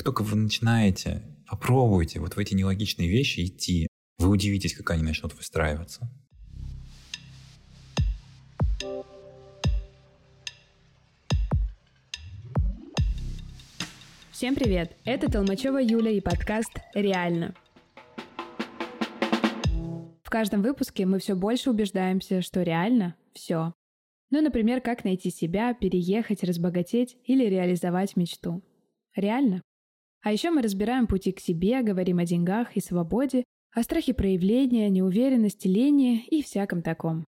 только вы начинаете, попробуйте вот в эти нелогичные вещи идти, вы удивитесь, как они начнут выстраиваться. Всем привет! Это Толмачева Юля и подкаст «Реально». В каждом выпуске мы все больше убеждаемся, что реально все. Ну, например, как найти себя, переехать, разбогатеть или реализовать мечту. Реально. А еще мы разбираем пути к себе, говорим о деньгах и свободе, о страхе проявления, неуверенности, лени и всяком таком.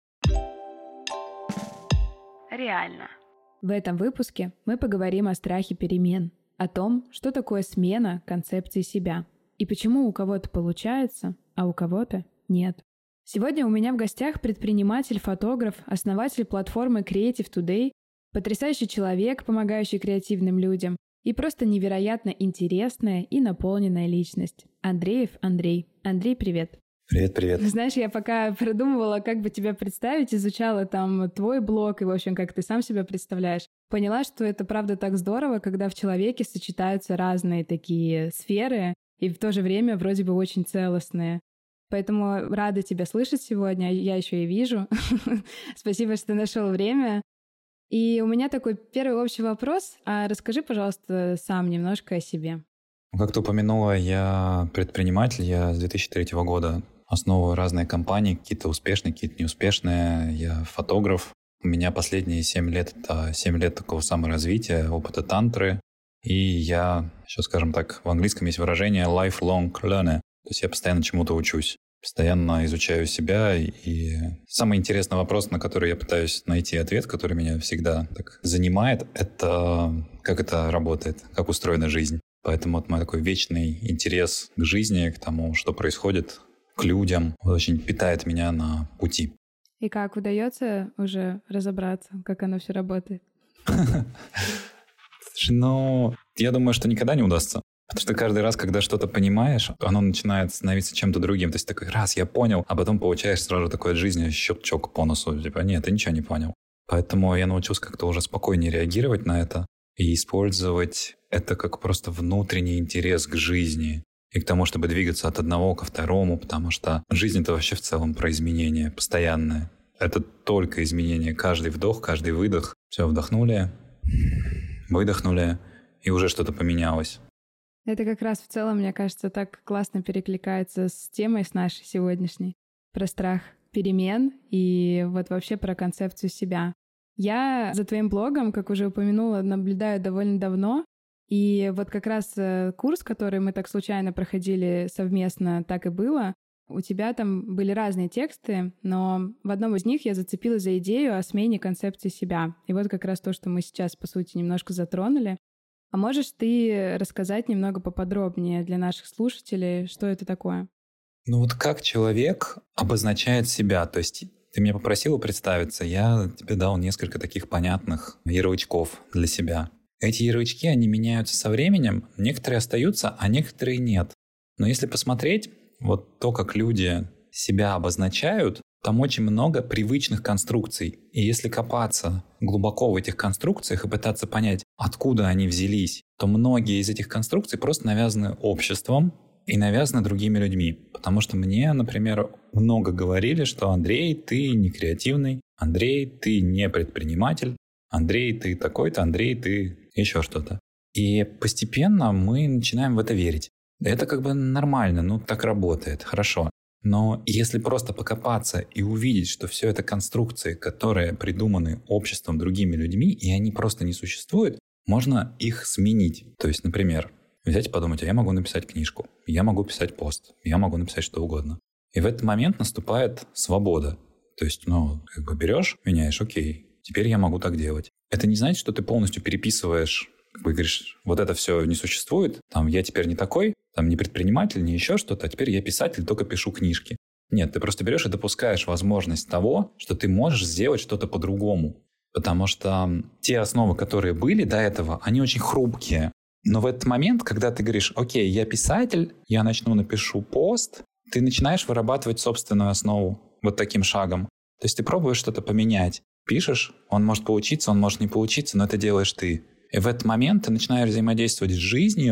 Реально. В этом выпуске мы поговорим о страхе перемен, о том, что такое смена концепции себя и почему у кого-то получается, а у кого-то нет. Сегодня у меня в гостях предприниматель, фотограф, основатель платформы Creative Today, потрясающий человек, помогающий креативным людям, и просто невероятно интересная и наполненная личность. Андреев Андрей. Андрей, привет. Привет. Знаешь, я пока продумывала, как бы тебя представить, изучала там твой блог и, в общем, как ты сам себя представляешь, поняла, что это правда так здорово, когда в человеке сочетаются разные такие сферы и в то же время вроде бы очень целостные. Поэтому рада тебя слышать сегодня, я еще и вижу. Спасибо, что нашел время. И у меня такой первый общий вопрос. Расскажи, пожалуйста, сам немножко о себе. Как ты упомянула, я предприниматель, я с 2003 года основываю разные компании, какие-то успешные, какие-то неуспешные. Я фотограф. У меня последние 7 лет — это 7 лет такого саморазвития, опыта тантры. И я, еще скажем так, в английском есть выражение lifelong learner. То есть я постоянно чему-то учусь, постоянно изучаю себя. И самый интересный вопрос, на который я пытаюсь найти ответ, который меня всегда так занимает, это как это работает, как устроена жизнь. Поэтому вот мой такой вечный интерес к жизни, к тому, что происходит, к людям, очень питает меня на пути. И как удается уже разобраться, как оно все работает? Я думаю, что никогда не удастся. Потому что каждый раз, когда что-то понимаешь, оно начинает становиться чем-то другим. То есть такой раз я понял, а потом получаешь сразу такой от жизни щелчок по носу. Типа нет, ты ничего не понял. Поэтому я научился как-то уже спокойнее реагировать на это и использовать это как просто внутренний интерес к жизни и к тому, чтобы двигаться от одного ко второму, потому что жизнь — это вообще в целом про изменения постоянное. Это только изменения. Каждый вдох, каждый выдох. Все, вдохнули, выдохнули, и уже что-то поменялось. Это как раз в целом, мне кажется, так классно перекликается с темой с нашей сегодняшней. Про страх перемен и вот вообще про концепцию себя. Я за твоим блогом, как уже упомянула, наблюдаю довольно давно. И вот как раз курс, который мы так случайно проходили совместно, так и было. У тебя там были разные тексты, но в одном из них я зацепилась за идею о смене концепции себя. И вот как раз то, что мы сейчас, по сути, немножко затронули. А можешь ты рассказать немного поподробнее для наших слушателей, что это такое? Ну вот как человек обозначает себя? То есть ты меня попросила представиться, я тебе дал несколько таких понятных ярлычков для себя. Эти ярлычки, они меняются со временем, некоторые остаются, а некоторые нет. Но если посмотреть, вот то, как люди себя обозначают, там очень много привычных конструкций. И если копаться глубоко в этих конструкциях и пытаться понять, откуда они взялись, то многие из этих конструкций просто навязаны обществом и навязаны другими людьми. Потому что мне, например, много говорили, что Андрей, ты не креативный, Андрей, ты не предприниматель, Андрей, ты такой-то, Андрей, ты еще что-то. И постепенно мы начинаем в это верить. Это как бы нормально, так работает, хорошо. Но если просто покопаться и увидеть, что все это конструкции, которые придуманы обществом, другими людьми, и они просто не существуют, можно их сменить. То есть, например, взять и подумать, я могу написать книжку, я могу писать пост, я могу написать что угодно. И в этот момент наступает свобода. То есть, берешь, меняешь, окей, теперь я могу так делать. Это не значит, что ты полностью переписываешь, говоришь, вот это все не существует, я теперь не такой, не предприниматель, не еще что-то, а теперь я писатель, только пишу книжки. Нет, ты просто берешь и допускаешь возможность того, что ты можешь сделать что-то по-другому. Потому что те основы, которые были до этого, они очень хрупкие. Но в этот момент, когда ты говоришь, окей, я писатель, я напишу пост, ты начинаешь вырабатывать собственную основу вот таким шагом. То есть ты пробуешь что-то поменять. Пишешь, он может получиться, он может не получиться, но это делаешь ты. И в этот момент ты начинаешь взаимодействовать с жизнью,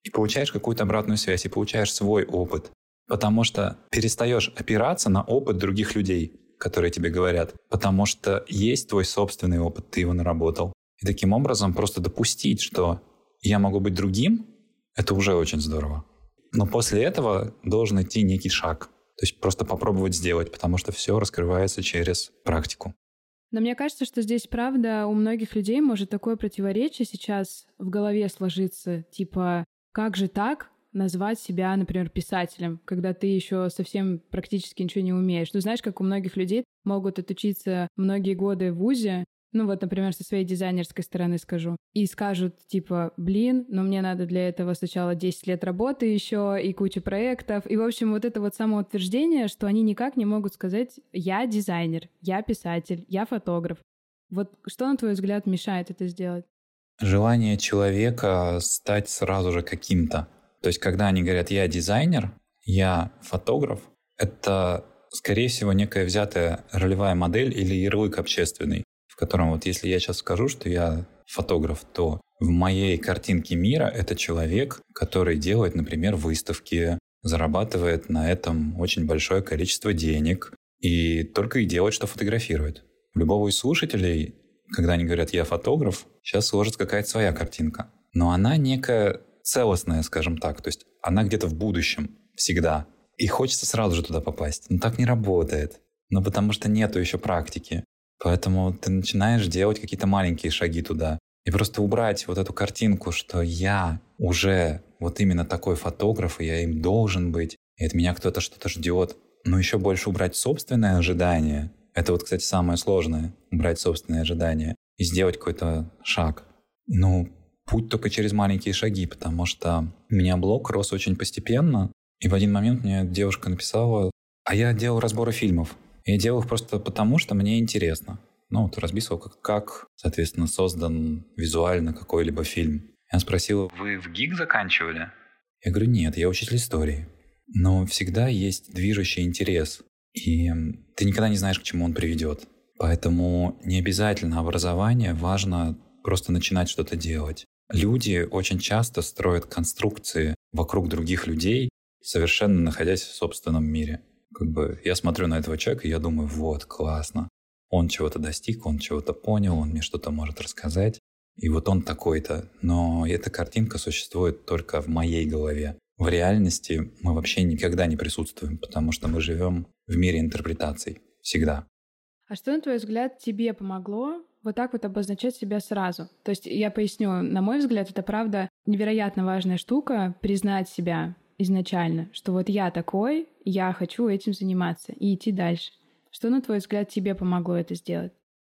и получаешь какую-то обратную связь, и получаешь свой опыт. Потому что перестаешь опираться на опыт других людей, которые тебе говорят. Потому что есть твой собственный опыт, ты его наработал. И таким образом просто допустить, что я могу быть другим, это уже очень здорово. Но после этого должен идти некий шаг. То есть просто попробовать сделать, потому что все раскрывается через практику. Но мне кажется, что здесь, правда, у многих людей может такое противоречие сейчас в голове сложиться. Типа, как же так назвать себя, например, писателем, когда ты еще совсем практически ничего не умеешь? Ну, знаешь, как у многих людей могут отучиться многие годы в вузе, ну вот, например, со своей дизайнерской стороны скажу, и скажут, типа, блин, но мне надо для этого сначала 10 лет работы еще и куча проектов. И, в общем, вот это вот самоутверждение, что они никак не могут сказать «я дизайнер», «я писатель», «я фотограф». Вот что, на твой взгляд, мешает это сделать? Желание человека стать сразу же каким-то. То есть, когда они говорят «я дизайнер», «я фотограф», это, скорее всего, некая взятая ролевая модель или ярлык общественный, в котором вот если я сейчас скажу, что я фотограф, то в моей картинке мира это человек, который делает, например, выставки, зарабатывает на этом очень большое количество денег и только и делает, что фотографирует. У любого из слушателей, когда они говорят «я фотограф», сейчас сложится какая-то своя картинка. Но она некая целостная, скажем так, то есть она где-то в будущем всегда. И хочется сразу же туда попасть. Но так не работает. Ну, потому что нету еще практики. Поэтому ты начинаешь делать какие-то маленькие шаги туда. И просто убрать вот эту картинку, что я уже вот именно такой фотограф, и я им должен быть, и от меня кто-то что-то ждет. Но еще больше убрать собственное ожидание. Это вот, кстати, самое сложное. Убрать собственное ожидание и сделать какой-то шаг. Ну, путь только через маленькие шаги, потому что у меня блог рос очень постепенно. И в один момент мне девушка написала, а я делал разборы фильмов. Я делаю их просто потому, что мне интересно. Ну, вот расписывал, как, соответственно, создан визуально какой-либо фильм. Она спросила, вы в ГИК заканчивали? Я говорю, нет, я учитель истории. Но всегда есть движущий интерес. И ты никогда не знаешь, к чему он приведет. Поэтому не обязательно образование, важно просто начинать что-то делать. Люди очень часто строят конструкции вокруг других людей, совершенно находясь в собственном мире. Как бы я смотрю на этого человека, и я думаю, вот, классно. Он чего-то достиг, он чего-то понял, он мне что-то может рассказать. И вот он такой-то. Но эта картинка существует только в моей голове. В реальности мы вообще никогда не присутствуем, потому что мы живем в мире интерпретаций. Всегда. А что, на твой взгляд, тебе помогло вот так вот обозначать себя сразу? То есть я поясню, на мой взгляд, это правда невероятно важная штука — признать себя изначально, что вот я такой, я хочу этим заниматься и идти дальше. Что, на твой взгляд, тебе помогло это сделать?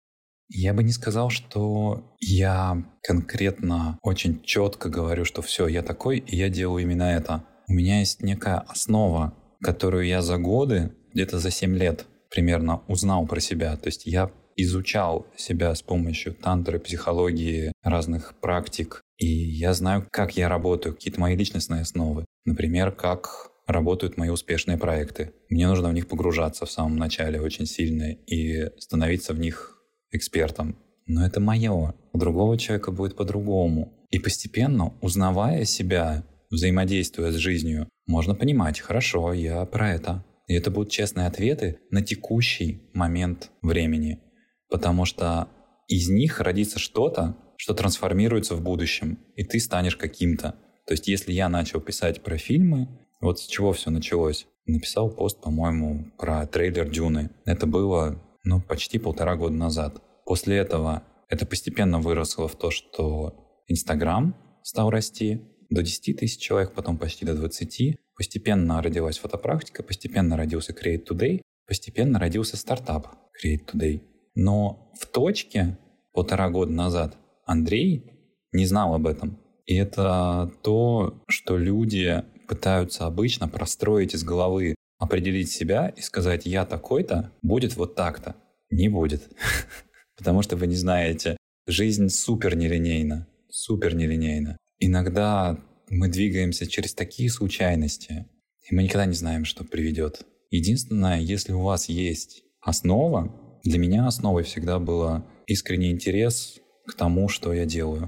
Я бы не сказал, что я конкретно очень четко говорю, что все, я такой, и я делаю именно это. У меня есть некая основа, которую я за годы, где-то за 7 лет примерно узнал про себя. То есть я изучал себя с помощью тантры, психологии, разных практик, и я знаю, как я работаю, какие-то мои личностные основы. Например, как работают мои успешные проекты. Мне нужно в них погружаться в самом начале очень сильно и становиться в них экспертом. Но это мое. У другого человека будет по-другому. И постепенно, узнавая себя, взаимодействуя с жизнью, можно понимать, хорошо, я про это. И это будут честные ответы на текущий момент времени. Потому что из них родится что-то, что трансформируется в будущем, и ты станешь каким-то. То есть если я начал писать про фильмы, вот с чего все началось. Написал пост, по-моему, про трейлер «Дюны». Это было, почти 1,5 года назад. После этого это постепенно выросло в то, что Инстаграм стал расти до 10 тысяч человек, потом почти до 20. Постепенно родилась фотопрактика, постепенно родился Create Today, постепенно родился стартап Create Today. Но в точке 1,5 года назад Андрей не знал об этом. И это то, что люди пытаются обычно простроить из головы, определить себя и сказать «я такой-то», будет вот так-то. Не будет. Потому что вы не знаете. Жизнь супер нелинейна. Супер нелинейна. Иногда мы двигаемся через такие случайности, и мы никогда не знаем, что приведет. Единственное, если у вас есть основа, для меня основой всегда был искренний интерес к тому, что я делаю.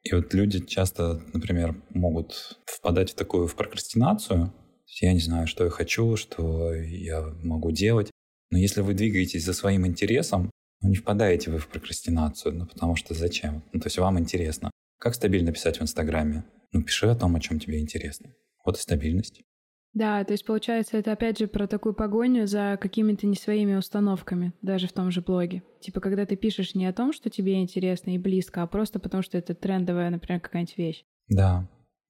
И вот люди часто, например, могут впадать в прокрастинацию. Я не знаю, что я хочу, что я могу делать. Но если вы двигаетесь за своим интересом, не впадаете вы в прокрастинацию, потому что зачем? То есть вам интересно. Как стабильно писать в Инстаграме? Пиши о том, о чем тебе интересно. Вот и стабильность. Да, то есть получается, это опять же про такую погоню за какими-то не своими установками, даже в том же блоге. Типа, когда ты пишешь не о том, что тебе интересно и близко, а просто потому, что это трендовая, например, какая-нибудь вещь. Да.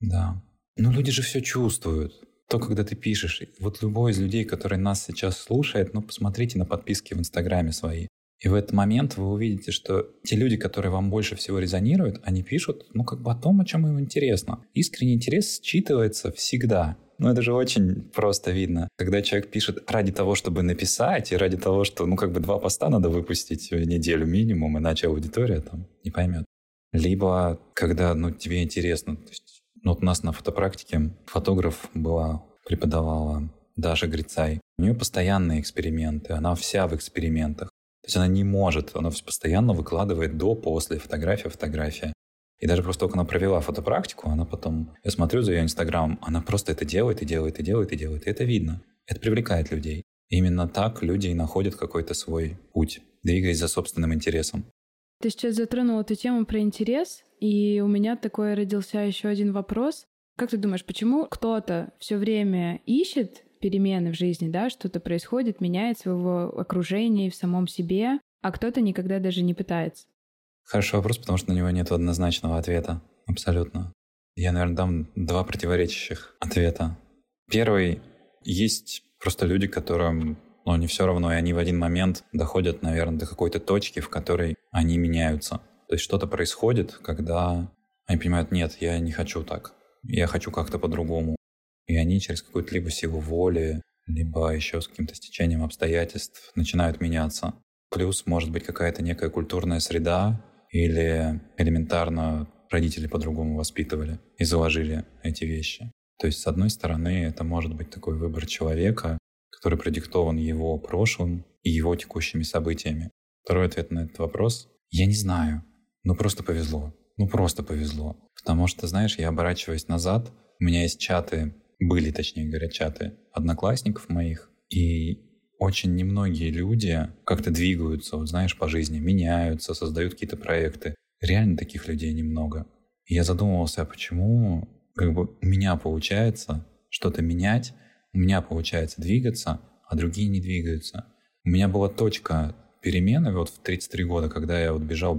Но люди же все чувствуют. То, когда ты пишешь. Вот любой из людей, который нас сейчас слушает, посмотрите на подписки в Инстаграме свои. И в этот момент вы увидите, что те люди, которые вам больше всего резонируют, они пишут, о том, о чем им интересно. Искренний интерес считывается всегда. Это же очень просто видно. Когда человек пишет ради того, чтобы написать, и ради того, что, 2 поста надо выпустить в неделю минимум, иначе аудитория не поймет. Либо, когда, тебе интересно. То есть, у нас на фотопрактике фотограф преподавала Даша Грицай. У нее постоянные эксперименты, она вся в экспериментах. То есть она не может, она постоянно выкладывает до-после, фотография. И даже просто только она провела фотопрактику, она потом, я смотрю за ее Инстаграм, она просто это делает. И это видно. Это привлекает людей. И именно так люди и находят какой-то свой путь, двигаясь за собственным интересом. Ты сейчас затронул эту тему про интерес, и у меня такой родился еще один вопрос. Как ты думаешь, почему кто-то все время ищет перемены в жизни, да, что-то происходит, меняется в его окружении, в самом себе, а кто-то никогда даже не пытается? Хороший вопрос, потому что на него нет однозначного ответа. Абсолютно. Я, наверное, дам 2 противоречащих ответа. Первый. Есть просто люди, которым не все равно, и они в один момент доходят, наверное, до какой-то точки, в которой они меняются. То есть что-то происходит, когда они понимают, нет, я не хочу так. Я хочу как-то по-другому. И они через какую-то либо силу воли, либо еще с каким-то стечением обстоятельств начинают меняться. Плюс может быть какая-то некая культурная среда или элементарно родители по-другому воспитывали и заложили эти вещи. То есть, с одной стороны, это может быть такой выбор человека, который продиктован его прошлым и его текущими событиями. Второй ответ на этот вопрос — я не знаю. Просто повезло. Просто повезло. Потому что, знаешь, я оборачиваясь назад, у меня есть были, точнее говоря, чаты одноклассников моих, и очень немногие люди как-то двигаются, по жизни, меняются, создают какие-то проекты. Реально таких людей немного. И я задумывался, а почему у меня получается что-то менять, у меня получается двигаться, а другие не двигаются. У меня была точка перемены в 33 года, когда я бежал,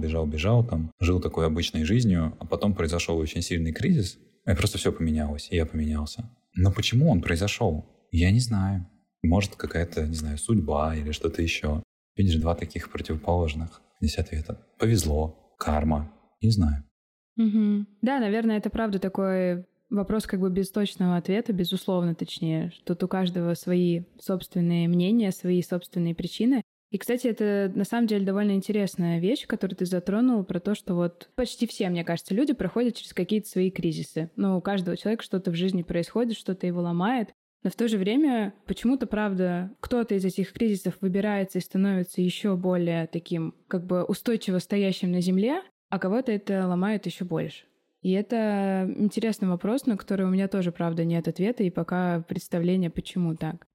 жил такой обычной жизнью, а потом произошел очень сильный кризис, и просто все поменялось, и я поменялся. Но почему он произошел? Я не знаю. Может, какая-то, судьба или что-то еще. Видишь, 2 таких противоположных здесь ответа. Повезло, карма, не знаю. Угу. Да, наверное, это правда такой вопрос без точного ответа, безусловно, точнее. Тут у каждого свои собственные мнения, свои собственные причины. И, кстати, это на самом деле довольно интересная вещь, которую ты затронул, про то, что почти все, мне кажется, люди проходят через какие-то свои кризисы. У каждого человека что-то в жизни происходит, что-то его ломает. Но в то же время почему-то, правда, кто-то из этих кризисов выбирается и становится еще более таким, устойчиво стоящим на земле, а кого-то это ломает еще больше. И это интересный вопрос, на который у меня тоже, правда, нет ответа, и пока представления, почему так.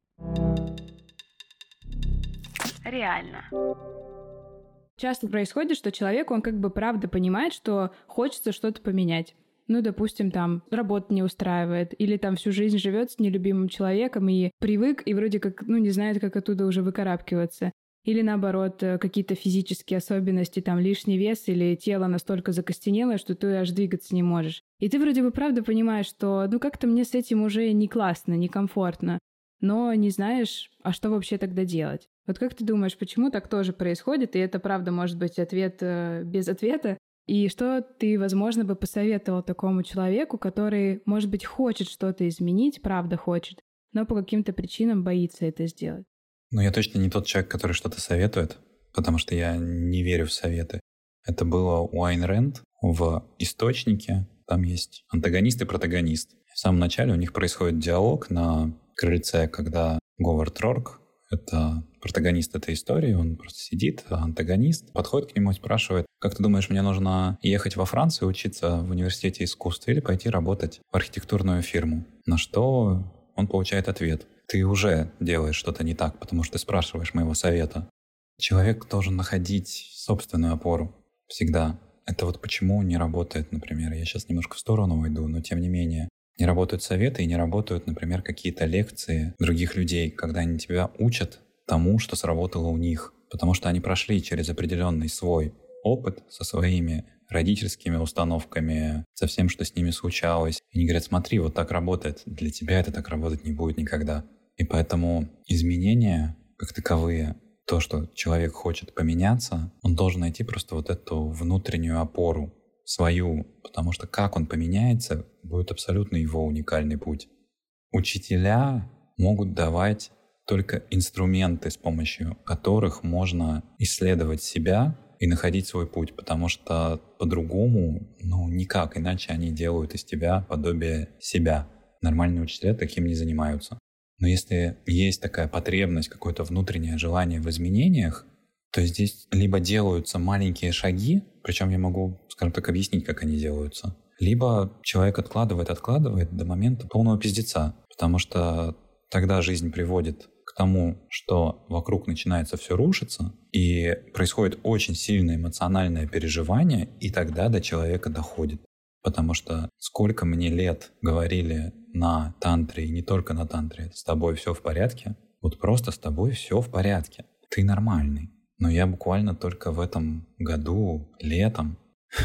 Реально. Часто происходит, что человек, он правда понимает, что хочется что-то поменять. Допустим, работа не устраивает, или всю жизнь живет с нелюбимым человеком и привык, и вроде как, не знает, как оттуда уже выкарабкиваться. Или наоборот, какие-то физические особенности, лишний вес или тело настолько закостенелое, что ты аж двигаться не можешь. И ты вроде бы правда понимаешь, что как-то мне с этим уже не классно, не комфортно, но не знаешь, а что вообще тогда делать. Как ты думаешь, почему так тоже происходит? И это правда может быть ответ без ответа. И что ты, возможно, бы посоветовал такому человеку, который, может быть, хочет что-то изменить, правда хочет, но по каким-то причинам боится это сделать? Я точно не тот человек, который что-то советует, потому что я не верю в советы. Это было у Айн Рэнд в «Источнике». Там есть антагонист и протагонист. В самом начале у них происходит диалог на крыльце, когда Говард Рорк, это протагонист этой истории, он просто сидит, а антагонист подходит к нему и спрашивает: как ты думаешь, мне нужно ехать во Францию учиться в университете искусств или пойти работать в архитектурную фирму? На что он получает ответ: ты уже делаешь что-то не так, потому что ты спрашиваешь моего совета. Человек должен находить собственную опору всегда. Это вот почему не работает, например, я сейчас немножко в сторону уйду, но тем не менее, не работают советы и не работают, например, какие-то лекции других людей, когда они тебя учат тому, что сработало у них. Потому что они прошли через определенный свой опыт со своими родительскими установками, со всем, что с ними случалось. И они говорят: смотри, вот так работает. Для тебя это так работать не будет никогда. И поэтому изменения как таковые, то, что человек хочет поменяться, он должен найти просто вот эту внутреннюю опору свою, потому что как он поменяется, будет абсолютно его уникальный путь. Учителя могут давать только инструменты, с помощью которых можно исследовать себя и находить свой путь, потому что по-другому, никак, иначе они делают из тебя подобие себя. Нормальные учителя таким не занимаются. Но если есть такая потребность, какое-то внутреннее желание в изменениях, то здесь либо делаются маленькие шаги, причем я могу, скажем так, объяснить, как они делаются, либо человек откладывает до момента полного пиздеца, потому что тогда жизнь приводит к тому, что вокруг начинается все рушиться, и происходит очень сильное эмоциональное переживание, и тогда до человека доходит. Потому что сколько мне лет говорили на тантре, и не только на тантре: с тобой все в порядке, вот просто с тобой все в порядке, ты нормальный. Но я буквально только в этом году, летом,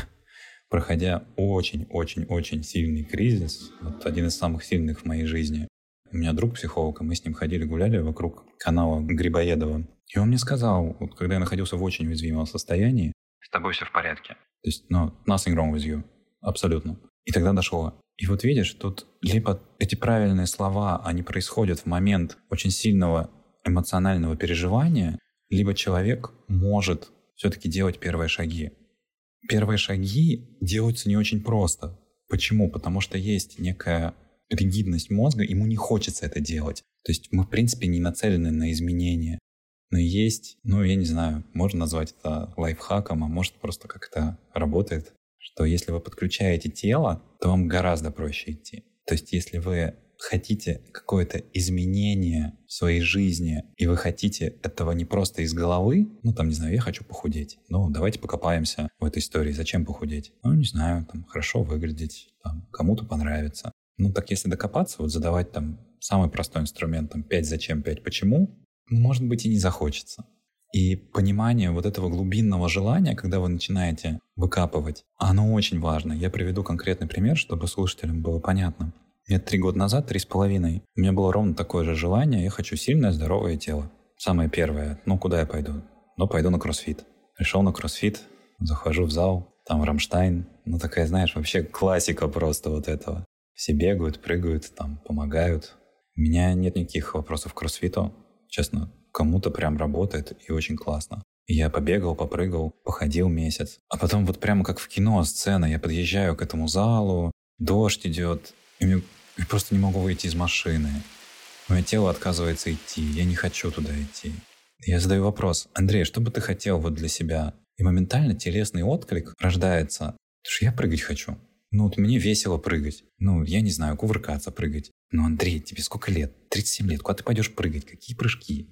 проходя очень-очень-очень сильный кризис, вот один из самых сильных в моей жизни, у меня друг психолог, и мы с ним гуляли вокруг канала Грибоедова. И он мне сказал, вот когда я находился в очень уязвимом состоянии: с тобой все в порядке. То есть, nothing wrong with you. Абсолютно. И тогда дошло. И вот видишь, тут либо эти правильные слова, они происходят в момент очень сильного эмоционального переживания, либо человек может все-таки делать первые шаги. Первые шаги делаются не очень просто. Почему? Потому что есть некая ригидность мозга, ему не хочется это делать. То есть мы, в принципе, не нацелены на изменения. Но есть, я не знаю, можно назвать это лайфхаком, а может просто как-то работает, что если вы подключаете тело, то вам гораздо проще идти. То есть если вы хотите какое-то изменение в своей жизни, и вы хотите этого не просто из головы, я хочу похудеть. Давайте покопаемся в этой истории. Зачем похудеть? Не знаю, хорошо выглядеть, кому-то понравится. Так если докопаться, задавать самый простой инструмент, 5 зачем, 5 почему, может быть, и не захочется. И понимание вот этого глубинного желания, когда вы начинаете выкапывать, оно очень важно. Я приведу конкретный пример, чтобы слушателям было понятно. Мне 3 года назад, 3,5, у меня было ровно такое же желание: я хочу сильное, здоровое тело. Самое первое, куда я пойду? Пойду на кроссфит. Пришел на кроссфит, захожу в зал, там Рамштайн, такая, знаешь, вообще классика просто вот этого. Все бегают, прыгают, помогают. У меня нет никаких вопросов к кроссфиту. Честно, кому-то прям работает и очень классно. И я побегал, попрыгал, походил месяц. А потом вот прямо как в кино сцена, я подъезжаю к этому залу, дождь идет, и я просто не могу выйти из машины. Мое тело отказывается идти, я не хочу туда идти. Я задаю вопрос: Андрей, что бы ты хотел для себя? И моментально телесный отклик рождается. Потому что я прыгать хочу. Мне весело прыгать. Я не знаю, кувыркаться, прыгать. Андрей, тебе сколько лет? 37 лет. Куда ты пойдешь прыгать? Какие прыжки?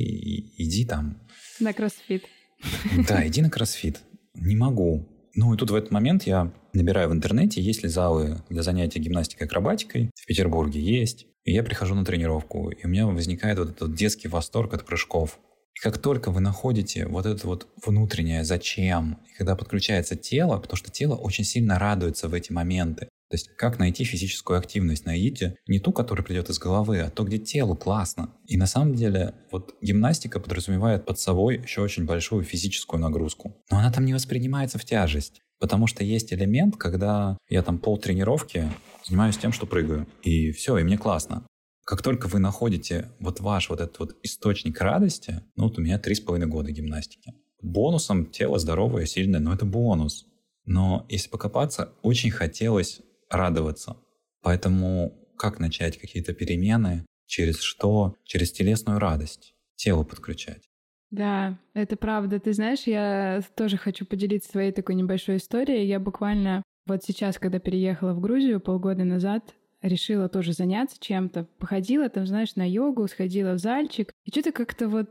Иди там. На кроссфит. Да, иди на кроссфит. Не могу. И тут в этот момент я набираю в интернете, есть ли залы для занятия гимнастикой и акробатикой. В Петербурге есть. И я прихожу на тренировку, и у меня возникает вот этот детский восторг от прыжков. И как только вы находите вот это вот внутреннее «зачем», и когда подключается тело, потому что тело очень сильно радуется в эти моменты. То есть как найти физическую активность? Найдите не ту, которая придет из головы, а то, где телу классно. И на самом деле гимнастика подразумевает под собой еще очень большую физическую нагрузку. Но она там не воспринимается в тяжесть. Потому что есть элемент, когда я полтренировки занимаюсь тем, что прыгаю. И все, и мне классно. Как только вы находите ваш этот источник радости, у меня 3,5 года гимнастики. Бонусом тело здоровое, сильное, но это бонус. Но если покопаться, очень хотелось радоваться. Поэтому как начать какие-то перемены? Через что? Через телесную радость. тело подключать. Да, это правда. Ты знаешь, я тоже хочу поделиться своей такой небольшой историей. Я буквально вот сейчас, когда переехала в Грузию полгода назад, решила тоже заняться чем-то. Походила там, знаешь, на йогу, сходила в зальчик. И что-то как-то вот,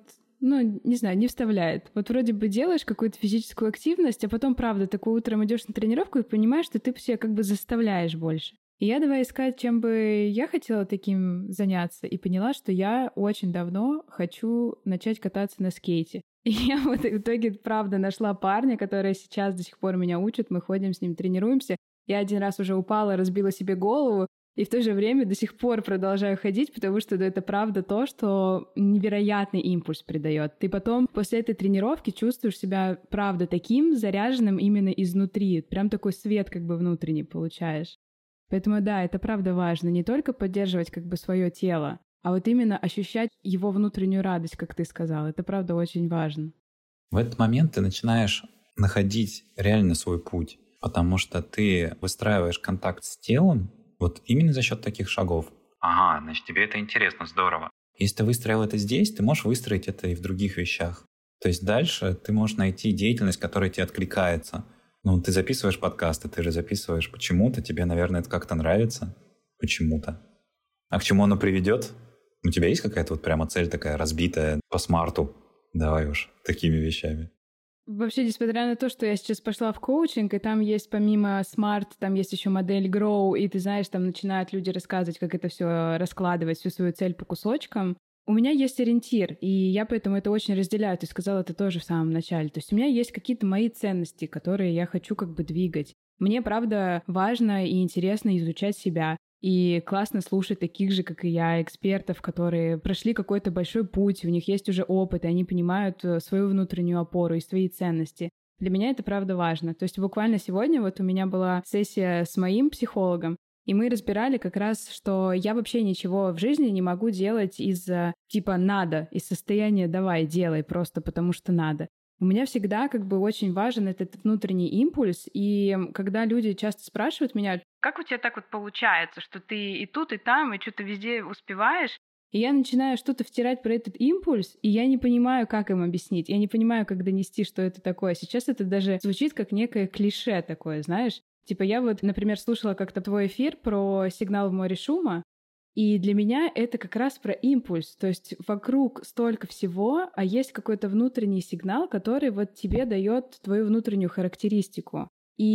не знаю, не вставляет. Вот вроде бы делаешь какую-то физическую активность, а потом, правда, такой утром идешь на тренировку и понимаешь, что ты себя как бы заставляешь больше. И я давай искать, чем бы я хотела таким заняться, и поняла, что я очень давно хочу начать кататься на скейте. И я вот в итоге, правда, нашла парня, который сейчас до сих пор меня учит, мы ходим с ним, тренируемся. Я один раз уже упала, разбила себе голову, и в то же время до сих пор продолжаю ходить, потому что это правда то, что невероятный импульс придает. Ты потом после этой тренировки чувствуешь себя, правда, таким заряженным именно изнутри. Прям такой свет как бы внутренний получаешь. Поэтому да, это правда важно. Не только поддерживать как бы свое тело, а вот именно ощущать его внутреннюю радость, как ты сказал. Это правда очень важно. В этот момент ты начинаешь находить реально свой путь, потому что ты выстраиваешь контакт с телом вот именно за счет таких шагов. Ага, значит, тебе это интересно, здорово. Если ты выстроил это здесь, ты можешь выстроить это и в других вещах. То есть дальше ты можешь найти деятельность, которая тебе откликается. Ты записываешь подкасты, ты же записываешь почему-то, тебе, наверное, это как-то нравится. Почему-то. А к чему оно приведет? У тебя есть какая-то вот прямо цель такая разбитая по смарту? Давай уж такими вещами. Вообще, несмотря на то, что я сейчас пошла в коучинг, и там есть помимо Smart, там есть еще модель Grow, и ты знаешь, там начинают люди рассказывать, как это все раскладывать, всю свою цель по кусочкам. У меня есть ориентир, и я поэтому это очень разделяю. Ты сказала это тоже в самом начале. То есть у меня есть какие-то мои ценности, которые я хочу как бы двигать. Мне, правда, важно и интересно изучать себя. И классно слушать таких же, как и я, экспертов, которые прошли какой-то большой путь, у них есть уже опыт, и они понимают свою внутреннюю опору и свои ценности. Для меня это, правда, важно. То есть буквально сегодня вот у меня была сессия с моим психологом, и мы разбирали как раз, что я вообще ничего в жизни не могу делать из типа «надо», из состояния «давай, делай», просто потому что надо. У меня всегда как бы очень важен этот внутренний импульс, и когда люди часто спрашивают меня, как у тебя так вот получается, что ты и тут, и там, и что-то везде успеваешь, и я начинаю что-то втирать про этот импульс, и я не понимаю, как им объяснить, я не понимаю, как донести, что это такое. Сейчас это даже звучит как некое клише такое, знаешь. Типа я вот, например, слушала как-то твой эфир про сигнал в море шума, и для меня это как раз про импульс. То есть вокруг столько всего, а есть какой-то внутренний сигнал, который вот тебе дает твою внутреннюю характеристику.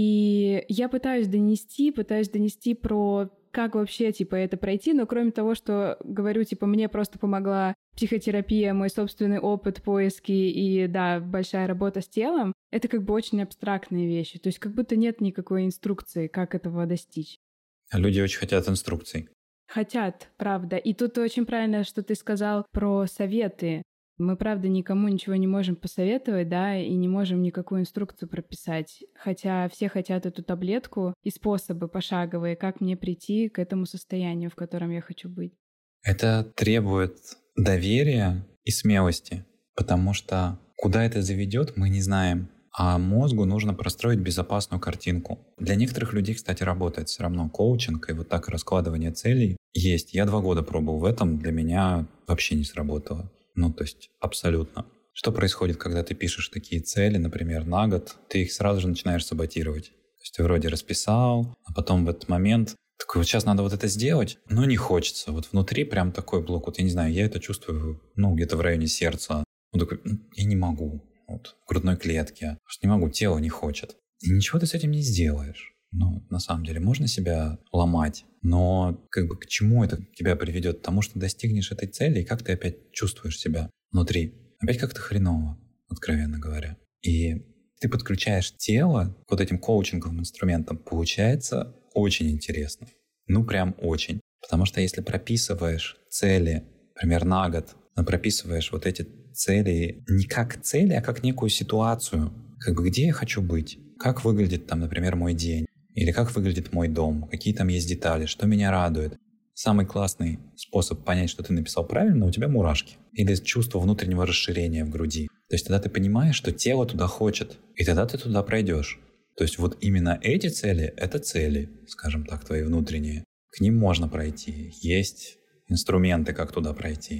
И я пытаюсь донести про как вообще, типа, это пройти, но кроме того, что говорю, типа, мне просто помогла психотерапия, мой собственный опыт, поиски и, да, большая работа с телом, это как бы очень абстрактные вещи. То есть как будто нет никакой инструкции, как этого достичь. Люди очень хотят инструкций. Хотят, правда. И тут очень правильно, что ты сказал про советы. Мы, правда, никому ничего не можем посоветовать, да, и не можем никакую инструкцию прописать. Хотя все хотят эту таблетку и способы пошаговые, как мне прийти к этому состоянию, в котором я хочу быть. Это требует доверия и смелости, потому что куда это заведет, мы не знаем. А мозгу нужно простроить безопасную картинку. Для некоторых людей, кстати, работает все равно коучинг и вот так раскладывание целей есть. Я 2 года пробовал в этом, для меня вообще не сработало. То есть абсолютно. Что происходит, когда ты пишешь такие цели, например, на год, ты их сразу же начинаешь саботировать. То есть ты вроде расписал, а потом в этот момент такой, вот сейчас надо вот это сделать, но не хочется. Вот внутри прям такой блок. Вот я не знаю, я это чувствую, где-то в районе сердца. Он такой, я не могу. Вот, в грудной клетке. Потому что не могу, тело не хочет. И ничего ты с этим не сделаешь. На самом деле, можно себя ломать, но к чему это тебя приведет? К тому, что достигнешь этой цели, и как ты опять чувствуешь себя внутри. Опять как-то хреново, откровенно говоря. И ты подключаешь тело к вот этим коучинговым инструментам. Получается очень интересно. Прям очень. Потому что если прописываешь цели, например, на год, прописываешь вот эти цели не как цели, а как некую ситуацию. Где я хочу быть? Как выглядит там, например, мой день? Или как выглядит мой дом? Какие там есть детали? Что меня радует? Самый классный способ понять, что ты написал правильно, у тебя мурашки. Или чувство внутреннего расширения в груди. То есть тогда ты понимаешь, что тело туда хочет. И тогда ты туда пройдешь. То есть вот именно эти цели — это цели, скажем так, твои внутренние. К ним можно пройти. Есть инструменты, как туда пройти.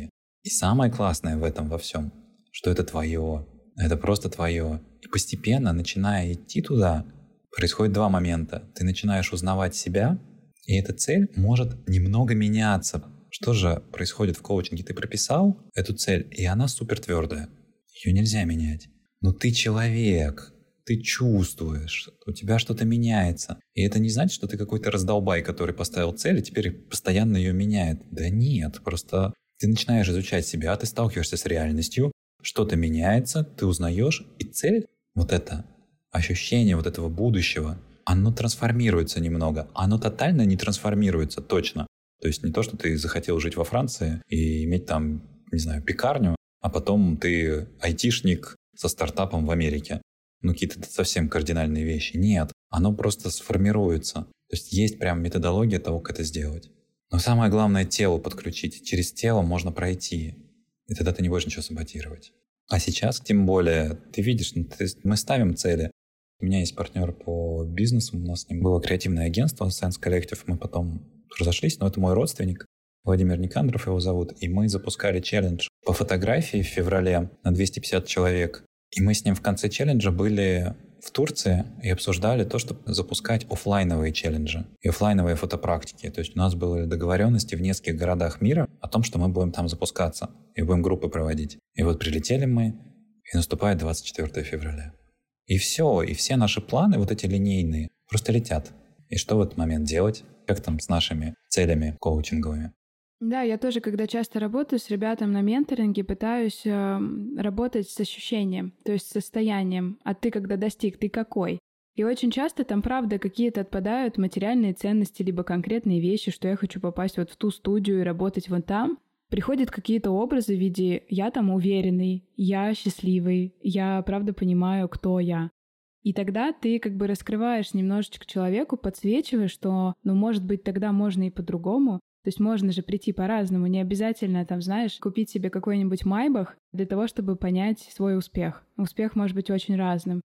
И самое классное в этом во всем, что это твое, это просто твое. И постепенно, начиная идти туда, происходит два момента. Ты начинаешь узнавать себя, и эта цель может немного меняться. Что же происходит в коучинге? Ты прописал эту цель, и она супер твердая. Ее нельзя менять. Но ты человек, ты чувствуешь, у тебя что-то меняется. И это не значит, что ты какой-то раздолбай, который поставил цель и теперь постоянно ее меняет. Да нет, просто ты начинаешь изучать себя, ты сталкиваешься с реальностью, что-то меняется, ты узнаешь, и цель, вот это ощущение вот этого будущего, оно трансформируется немного. Оно тотально не трансформируется, точно. То есть не то, что ты захотел жить во Франции и иметь там, не знаю, пекарню, а потом ты айтишник со стартапом в Америке. Ну, какие-то совсем кардинальные вещи. Нет, оно просто сформируется. То есть прям методология того, как это сделать. Но самое главное — тело подключить. Через тело можно пройти. И тогда ты не будешь ничего саботировать. А сейчас, тем более, ты видишь, мы ставим цели. У меня есть партнер по бизнесу, у нас с ним было креативное агентство Sense Collective, мы потом разошлись, но это мой родственник, Владимир Никандров его зовут, и мы запускали челлендж по фотографии в феврале на 250 человек. И мы с ним в конце челленджа были в Турции и обсуждали то, чтобы запускать офлайновые челленджи и офлайновые фотопрактики. То есть у нас были договоренности в нескольких городах мира о том, что мы будем там запускаться и будем группы проводить. И вот прилетели мы, и наступает 24 февраля. И все, и все наши планы, вот эти линейные, просто летят. И что в этот момент делать? Как там с нашими целями коучинговыми? Да, я тоже, когда часто работаю с ребятами на менторинге, пытаюсь работать с ощущением, то есть с состоянием. А ты, когда достиг, ты какой? И очень часто там, правда, какие-то отпадают материальные ценности, либо конкретные вещи, что я хочу попасть вот в ту студию и работать вон там. Приходят какие-то образы в виде «я там уверенный», «я счастливый», «я правда понимаю, кто я». И тогда ты как бы раскрываешь немножечко человеку, подсвечиваешь, что, ну, может быть, тогда можно и по-другому. То есть можно же прийти по-разному, не обязательно, там, знаешь, купить себе какой-нибудь майбах для того, чтобы понять свой успех. Успех может быть очень разным.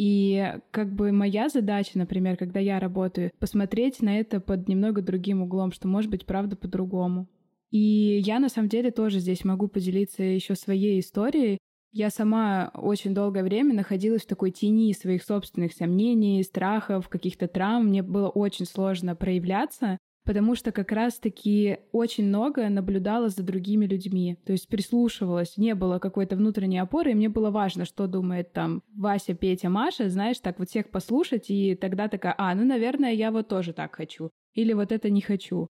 И как бы моя задача, например, когда я работаю, посмотреть на это под немного другим углом, что может быть правда по-другому. И я на самом деле тоже здесь могу поделиться еще своей историей. Я сама очень долгое время находилась в такой тени своих собственных сомнений, страхов, каких-то травм. Мне было очень сложно проявляться, потому что как раз-таки очень много наблюдала за другими людьми. То есть прислушивалась, не было какой-то внутренней опоры, и мне было важно, что думает там Вася, Петя, Маша, знаешь, так вот всех послушать, и тогда такая, ну, наверное, я вот тоже так хочу. Или вот это не хочу.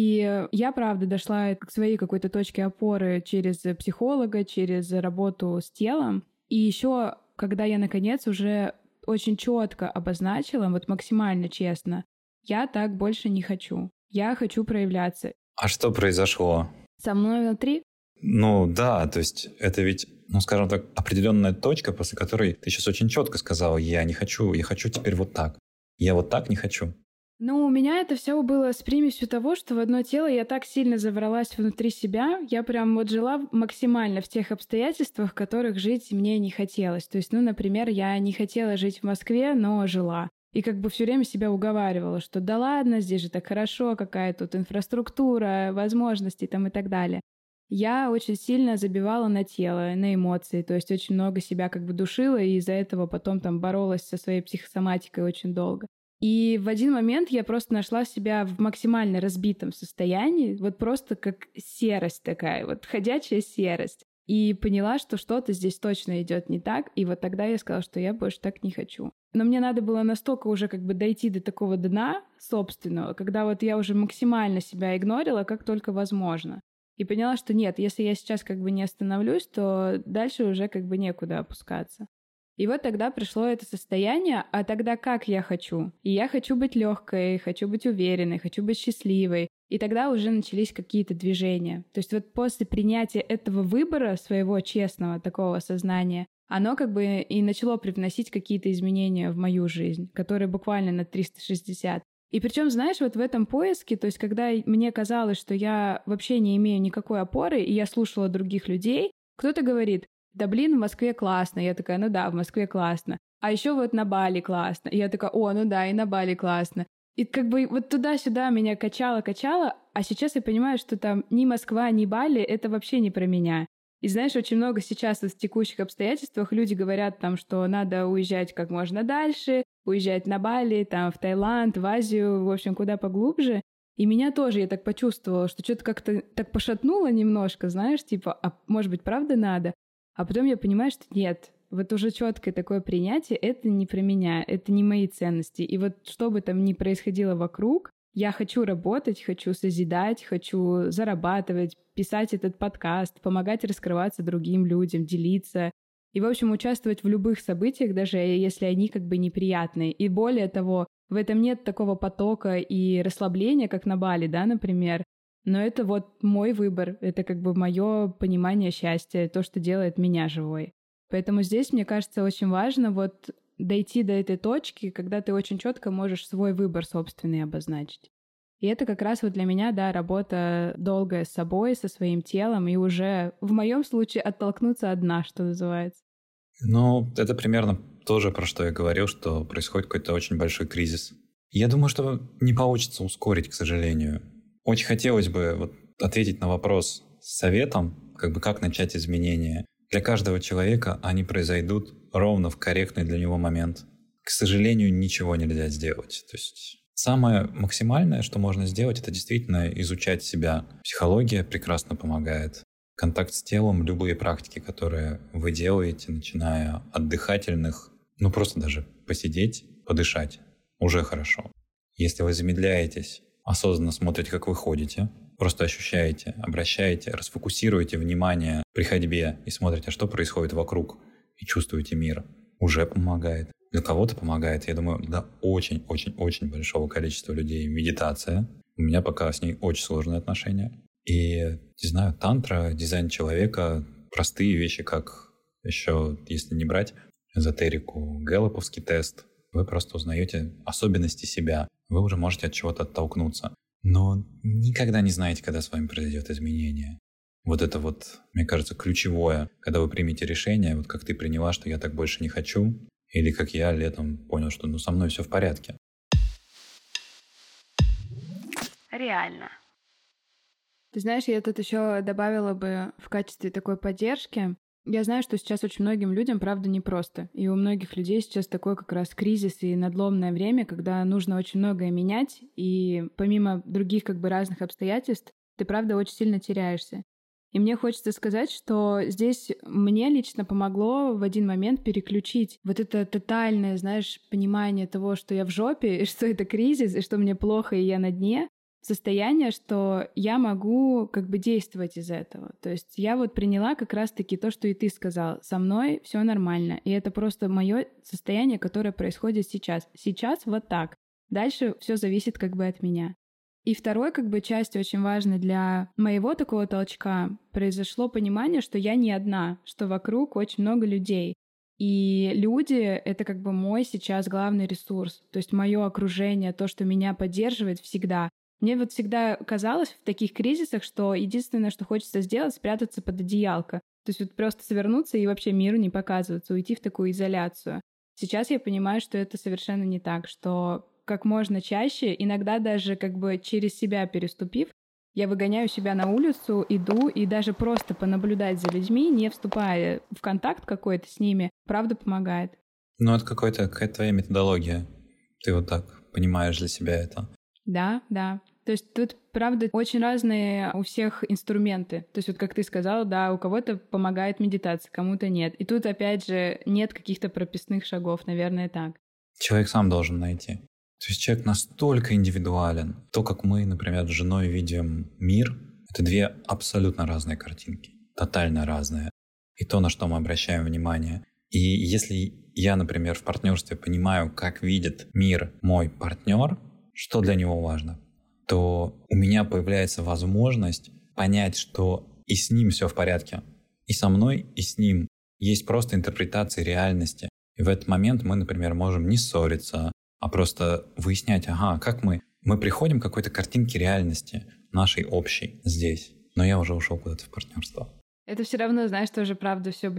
И я, правда, дошла к своей какой-то точке опоры через психолога, через работу с телом. И еще, когда я, наконец, уже очень четко обозначила, вот максимально честно, я так больше не хочу. Я хочу проявляться. А что произошло? Со мной внутри? Ну да, то есть это ведь, ну скажем так, определенная точка, после которой ты сейчас очень четко сказала, я не хочу, я хочу теперь вот так. Я вот так не хочу. Ну, у меня это все было с примесью того, что в одно тело я так сильно завралась внутри себя, я прям вот жила максимально в тех обстоятельствах, в которых жить мне не хотелось. То есть, ну, например, я не хотела жить в Москве, но жила. И как бы все время себя уговаривала, что да ладно, здесь же так хорошо, какая тут инфраструктура, возможности там и так далее. Я очень сильно забивала на тело, на эмоции, то есть очень много себя как бы душила, и из-за этого потом там боролась со своей психосоматикой очень долго. И в один момент я просто нашла себя в максимально разбитом состоянии, вот просто как серость такая, вот ходячая серость. И поняла, что что-то здесь точно идет не так, и вот тогда я сказала, что я больше так не хочу. Но мне надо было настолько уже как бы дойти до такого дна собственного, когда вот я уже максимально себя игнорила, как только возможно. И поняла, что нет, если я сейчас как бы не остановлюсь, то дальше уже как бы некуда опускаться. И вот тогда пришло это состояние, а тогда как я хочу? И я хочу быть легкой, хочу быть уверенной, хочу быть счастливой. И тогда уже начались какие-то движения. То есть вот после принятия этого выбора, своего честного такого сознания, оно как бы и начало привносить какие-то изменения в мою жизнь, которые буквально на 360. И причем, знаешь, вот в этом поиске, то есть когда мне казалось, что я вообще не имею никакой опоры, и я слушала других людей, кто-то говорит: да блин, в Москве классно. Я такая, ну да, в Москве классно. А еще вот на Бали классно. И я такая, ну да, и на Бали классно. И как бы вот туда-сюда меня качало, а сейчас я понимаю, что там ни Москва, ни Бали — это вообще не про меня. И знаешь, очень много сейчас вот в текущих обстоятельствах люди говорят там, что надо уезжать как можно дальше, уезжать на Бали, там, в Таиланд, в Азию, в общем, куда поглубже. И меня тоже, я так почувствовала, что что-то как-то так пошатнуло немножко, знаешь, типа, а может быть, правда надо? А потом я понимаю, что нет, вот уже четкое такое принятие, это не про меня, это не мои ценности. И вот что бы там ни происходило вокруг, я хочу работать, хочу созидать, хочу зарабатывать, писать этот подкаст, помогать раскрываться другим людям, делиться. И, в общем, участвовать в любых событиях, даже если они как бы неприятные. И более того, в этом нет такого потока и расслабления, как на Бали, да, например. Но это вот мой выбор, это как бы мое понимание счастья, то, что делает меня живой. Поэтому здесь, мне кажется, очень важно вот дойти до этой точки, когда ты очень четко можешь свой выбор собственный обозначить. И это как раз вот для меня, да, работа долгая с собой, со своим телом, и уже в моем случае оттолкнуться от дна, что называется. Ну, это примерно тоже, про что я говорил, что происходит какой-то очень большой кризис. Я думаю, что не получится ускорить, к сожалению. Очень хотелось бы вот ответить на вопрос с советом, как бы как начать изменения. Для каждого человека они произойдут ровно в корректный для него момент. К сожалению, ничего нельзя сделать. То есть самое максимальное, что можно сделать, это действительно изучать себя. Психология прекрасно помогает. Контакт с телом, любые практики, которые вы делаете, начиная от дыхательных, ну просто даже посидеть, подышать, уже хорошо. Если вы замедляетесь, осознанно смотрите, как вы ходите, просто ощущаете, обращаете, расфокусируете внимание при ходьбе и смотрите, что происходит вокруг, и чувствуете мир, уже помогает. Для кого-то помогает, я думаю, для очень-очень-очень большого количества людей медитация. У меня пока с ней очень сложные отношения. И, не знаю, тантра, дизайн человека, простые вещи, как еще, если не брать эзотерику, гэллоповский тест, вы просто узнаете особенности себя, вы уже можете от чего-то оттолкнуться. Но никогда не знаете, когда с вами произойдет изменение. Вот это вот, мне кажется, ключевое, когда вы примете решение, вот как ты приняла, что я так больше не хочу, или как я летом понял, что со мной все в порядке. Реально. Ты знаешь, я тут еще добавила бы в качестве такой поддержки. Я знаю, что сейчас очень многим людям, правда, непросто. И у многих людей сейчас такой как раз кризис и надломное время, когда нужно очень многое менять, и помимо других как бы разных обстоятельств, ты, правда, очень сильно теряешься. И мне хочется сказать, что здесь мне лично помогло в один момент переключить вот это тотальное, знаешь, понимание того, что я в жопе, и что это кризис, и что мне плохо, и я на дне, состояние, что я могу как бы действовать из этого. То есть я вот приняла как раз-таки то, что и ты сказал. Со мной все нормально. И это просто мое состояние, которое происходит сейчас. Сейчас вот так. Дальше все зависит как бы от меня. И второй как бы часть очень важной для моего такого толчка произошло понимание, что я не одна, что вокруг очень много людей. И люди — это как бы мой сейчас главный ресурс. То есть мое окружение, то, что меня поддерживает всегда. Мне вот всегда казалось в таких кризисах, что единственное, что хочется сделать, спрятаться под одеялко. То есть вот просто свернуться и вообще миру не показываться, уйти в такую изоляцию. Сейчас я понимаю, что это совершенно не так, что как можно чаще, иногда даже как бы через себя переступив, я выгоняю себя на улицу, иду и даже просто понаблюдать за людьми, не вступая в контакт какой-то с ними, правда помогает. Ну, это какая-то твоя методология. Ты вот так понимаешь для себя это. Да. То есть тут, правда, очень разные у всех инструменты. То есть вот как ты сказала, да, у кого-то помогает медитация, кому-то нет. И тут, опять же, нет каких-то прописных шагов, наверное, так. Человек сам должен найти. То есть человек настолько индивидуален. То, как мы, например, с женой видим мир, это две абсолютно разные картинки. Тотально разные. И то, на что мы обращаем внимание. И если я, например, в партнерстве понимаю, как видит мир мой партнер, что для него важно, то у меня появляется возможность понять, что и с ним все в порядке, и со мной, и с ним. Есть просто интерпретации реальности. И в этот момент мы, например, можем не ссориться, а просто выяснять, как мы приходим к какой-то картинке реальности, нашей общей здесь. Но я уже ушел куда-то в партнерство. Это все равно, знаешь, тоже правда все близко,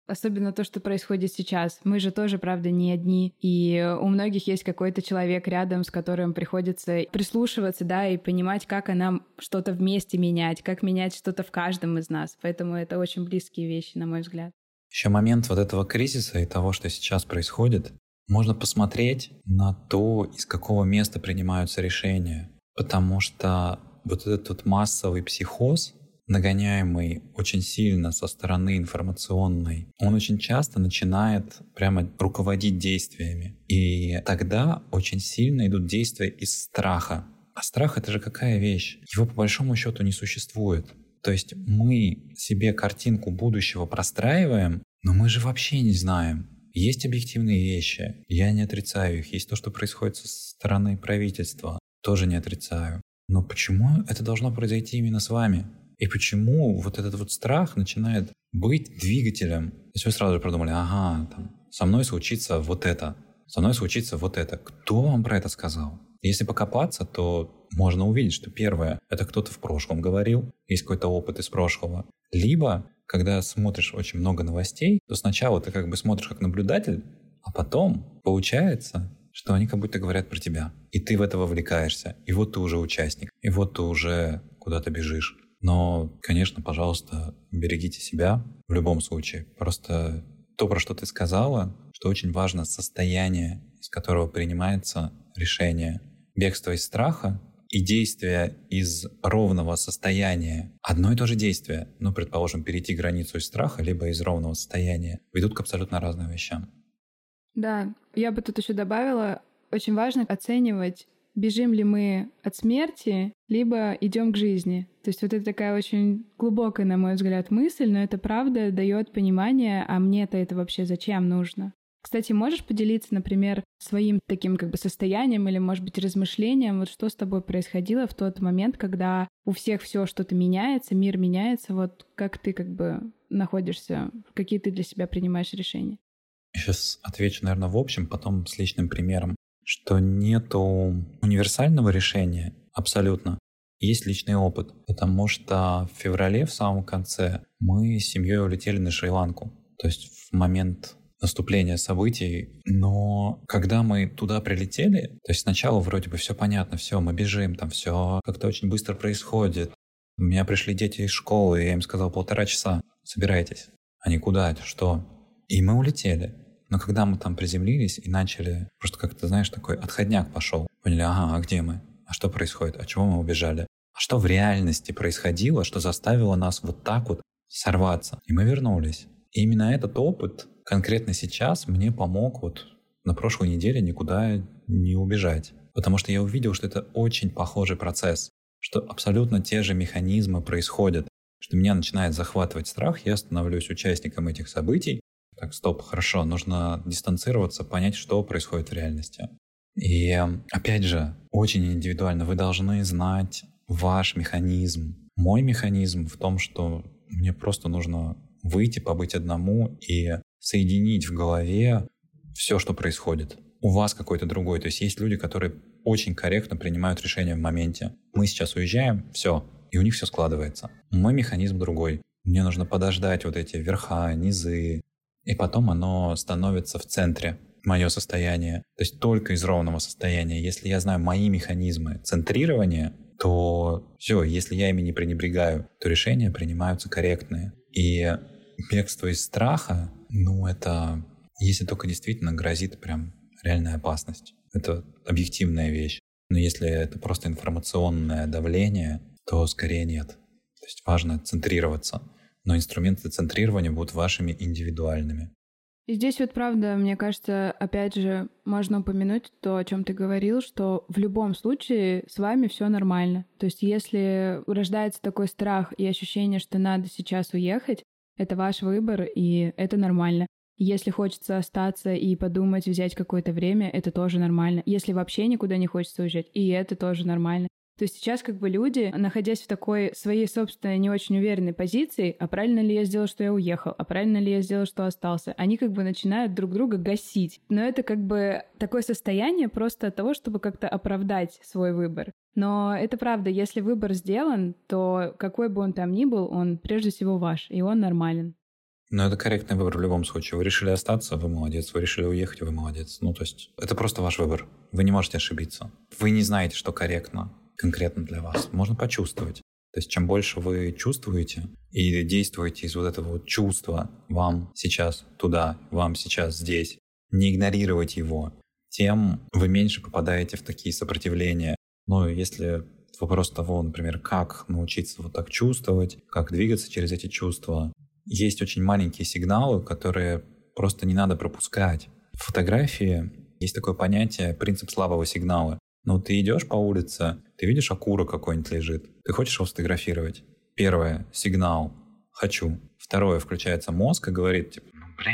Особенно то, что происходит сейчас. Мы же тоже, правда, не одни. И у многих есть какой-то человек рядом, с которым приходится прислушиваться, да, и понимать, как нам что-то вместе менять, как менять что-то в каждом из нас. Поэтому это очень близкие вещи, на мой взгляд. Еще момент вот этого кризиса и того, что сейчас происходит, можно посмотреть на то, из какого места принимаются решения. Потому что вот этот вот массовый психоз, нагоняемый очень сильно со стороны информационной, он очень часто начинает прямо руководить действиями. И тогда очень сильно идут действия из страха. А страх — это же какая вещь? Его по большому счету не существует. То есть мы себе картинку будущего простраиваем, но мы же вообще не знаем. Есть объективные вещи, я не отрицаю их. Есть то, что происходит со стороны правительства, тоже не отрицаю. Но почему это должно произойти именно с вами? И почему вот этот вот страх начинает быть двигателем? То есть вы сразу же продумали, ага, там, со мной случится вот это, со мной случится вот это. Кто вам про это сказал? Если покопаться, то можно увидеть, что первое, это кто-то в прошлом говорил, есть какой-то опыт из прошлого. Либо, когда смотришь очень много новостей, то сначала ты как бы смотришь как наблюдатель, а потом получается, что они как будто говорят про тебя. И ты в это вовлекаешься. И вот ты уже участник. И вот ты уже куда-то бежишь. Но, конечно, пожалуйста, берегите себя в любом случае. Просто то, про что ты сказала, что очень важно состояние, из которого принимается решение. Бегство из страха и действие из ровного состояния. Одно и то же действие, ну, предположим, перейти границу из страха, либо из ровного состояния, ведут к абсолютно разным вещам. Да, я бы тут еще добавила, очень важно оценивать, бежим ли мы от смерти, либо идем к жизни. То есть вот это такая очень глубокая, на мой взгляд, мысль, но это правда дает понимание, а мне-то это вообще зачем нужно. Кстати, можешь поделиться, например, своим таким как бы состоянием или, может быть, размышлением, вот что с тобой происходило в тот момент, когда у всех все что-то меняется, мир меняется, вот как ты как бы находишься, какие ты для себя принимаешь решения? Сейчас отвечу, наверное, в общем, потом с личным примером, что нету универсального решения абсолютно. Есть личный опыт, потому что в феврале, в самом конце, мы с семьей улетели на Шри-Ланку. То есть в момент наступления событий. Но когда мы туда прилетели, то есть сначала вроде бы все понятно, все, мы бежим, там все как-то очень быстро происходит. У меня пришли дети из школы, и я им сказал 1,5 часа, собирайтесь. Они куда? Что? И мы улетели. Но когда мы там приземлились и начали, просто как-то, знаешь, такой отходняк пошел. Поняли, ага, а где мы? А что происходит? А чего мы убежали? А что в реальности происходило, что заставило нас вот так вот сорваться? И мы вернулись. И именно этот опыт конкретно сейчас мне помог вот на прошлой неделе никуда не убежать. Потому что я увидел, что это очень похожий процесс, что абсолютно те же механизмы происходят, что меня начинает захватывать страх, я становлюсь участником этих событий. Так, стоп, хорошо, нужно дистанцироваться, понять, что происходит в реальности. И опять же, очень индивидуально, вы должны знать ваш механизм. Мой механизм в том, что мне просто нужно выйти, побыть одному и соединить в голове все, что происходит. У вас какой-то другой. То есть есть люди, которые очень корректно принимают решения в моменте. Мы сейчас уезжаем, все, и у них все складывается. Мой механизм другой. Мне нужно подождать вот эти верха, низы, и потом оно становится в центре, мое состояние. То есть только из ровного состояния. Если я знаю мои механизмы центрирования, то все, если я ими не пренебрегаю, то решения принимаются корректные. И бегство из страха, это если только действительно грозит прям реальная опасность. Это объективная вещь. Но если это просто информационное давление, то скорее нет. То есть важно центрироваться. Но инструменты центрирования будут вашими индивидуальными. И здесь вот правда, мне кажется, опять же, можно упомянуть то, о чем ты говорил, что в любом случае с вами все нормально. То есть если рождается такой страх и ощущение, что надо сейчас уехать, это ваш выбор, и это нормально. Если хочется остаться и подумать, взять какое-то время, это тоже нормально. Если вообще никуда не хочется уезжать, и это тоже нормально. То есть сейчас как бы люди, находясь в такой своей собственной не очень уверенной позиции, а правильно ли я сделал, что я уехал, а правильно ли я сделал, что остался, они как бы начинают друг друга гасить. Но это как бы такое состояние просто от того, чтобы как-то оправдать свой выбор. Но это правда, если выбор сделан, то какой бы он там ни был, он прежде всего ваш, и он нормален. Но это корректный выбор в любом случае. Вы решили остаться, вы молодец. Вы решили уехать, вы молодец. Ну, то есть это просто ваш выбор. Вы не можете ошибиться. Вы не знаете, что корректно конкретно для вас. Можно почувствовать. То есть чем больше вы чувствуете и действуете из вот этого вот чувства «вам сейчас туда, вам сейчас здесь», не игнорировать его, тем вы меньше попадаете в такие сопротивления. Но если вопрос того, например, как научиться вот так чувствовать, как двигаться через эти чувства, есть очень маленькие сигналы, которые просто не надо пропускать. В фотографии есть такое понятие «принцип слабого сигнала». Но ты идешь по улице, ты видишь окурок какой-нибудь лежит, ты хочешь его сфотографировать. Первое — сигнал «хочу». Второе — включается мозг и говорит, типа,